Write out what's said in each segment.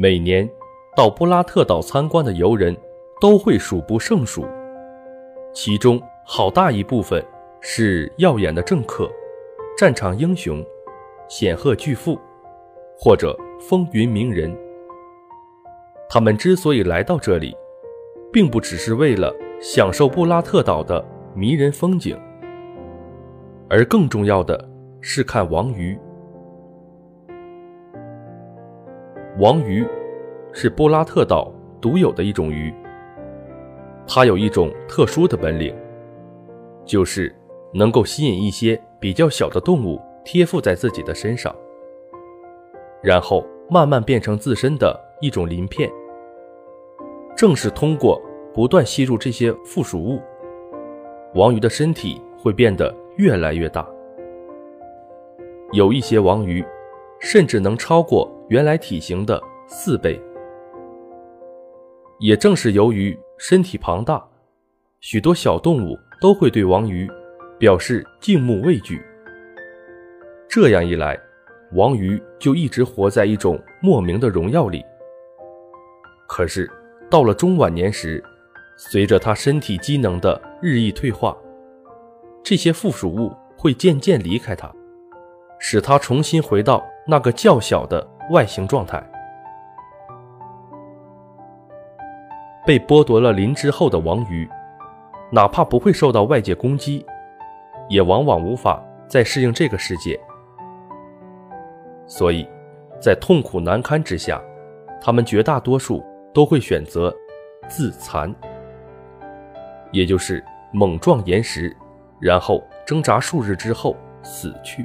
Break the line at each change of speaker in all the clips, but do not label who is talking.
每年到布拉特岛参观的游人都会数不胜数，其中好大一部分是耀眼的政客、战场英雄、显赫巨富或者风云名人。他们之所以来到这里，并不只是为了享受布拉特岛的迷人风景，而更重要的是看王鱼。王鱼是布拉特岛独有的一种鱼，它有一种特殊的本领，就是能够吸引一些比较小的动物贴附在自己的身上，然后慢慢变成自身的一种鳞片。正是通过不断吸入这些附属物，王鱼的身体会变得越来越大。有一些王鱼甚至能超过原来体型的4倍。也正是由于身体庞大，许多小动物都会对王鱼表示敬慕畏惧。这样一来，王鱼就一直活在一种莫名的荣耀里。可是到了中晚年时，随着它身体机能的日益退化，这些附属物会渐渐离开它，使它重新回到那个较小的外形状态。被剥夺了鳞之后的王鱼，哪怕不会受到外界攻击，也往往无法再适应这个世界。所以在痛苦难堪之下，他们绝大多数都会选择自残，也就是猛撞岩石，然后挣扎数日之后死去。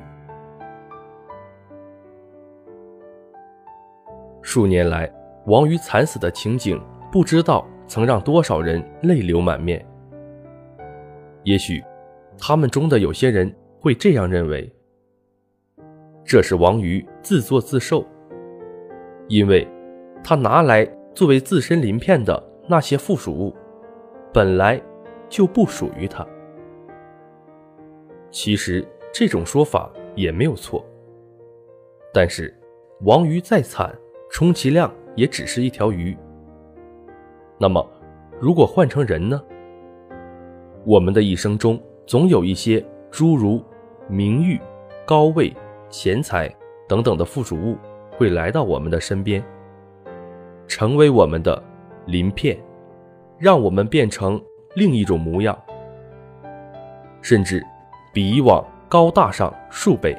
数年来，王鱼惨死的情景不知道曾让多少人泪流满面。也许他们中的有些人会这样认为，这是王鱼自作自受，因为他拿来作为自身鳞片的那些附属物本来就不属于他。其实这种说法也没有错，但是王鱼再惨，充其量也只是一条鱼。那么如果换成人呢？我们的一生中总有一些诸如名誉、高位、钱财等等的附属物会来到我们的身边，成为我们的鳞片，让我们变成另一种模样，甚至比以往高大上数倍。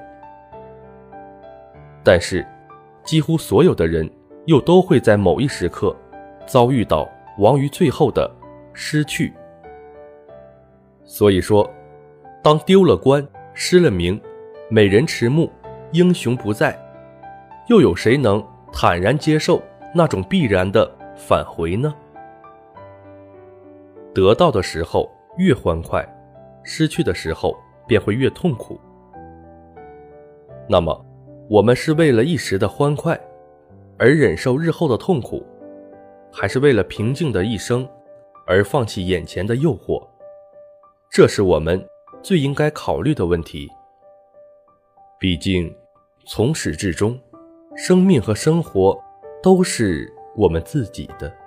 但是几乎所有的人又都会在某一时刻遭遇到王鱼最后的失去。所以说，当丢了官，失了名，美人迟暮，英雄不在，又有谁能坦然接受那种必然的返回呢？得到的时候越欢快，失去的时候便会越痛苦。那么我们是为了一时的欢快而忍受日后的痛苦，还是为了平静的一生而放弃眼前的诱惑？这是我们最应该考虑的问题。毕竟从始至终，生命和生活都是我们自己的。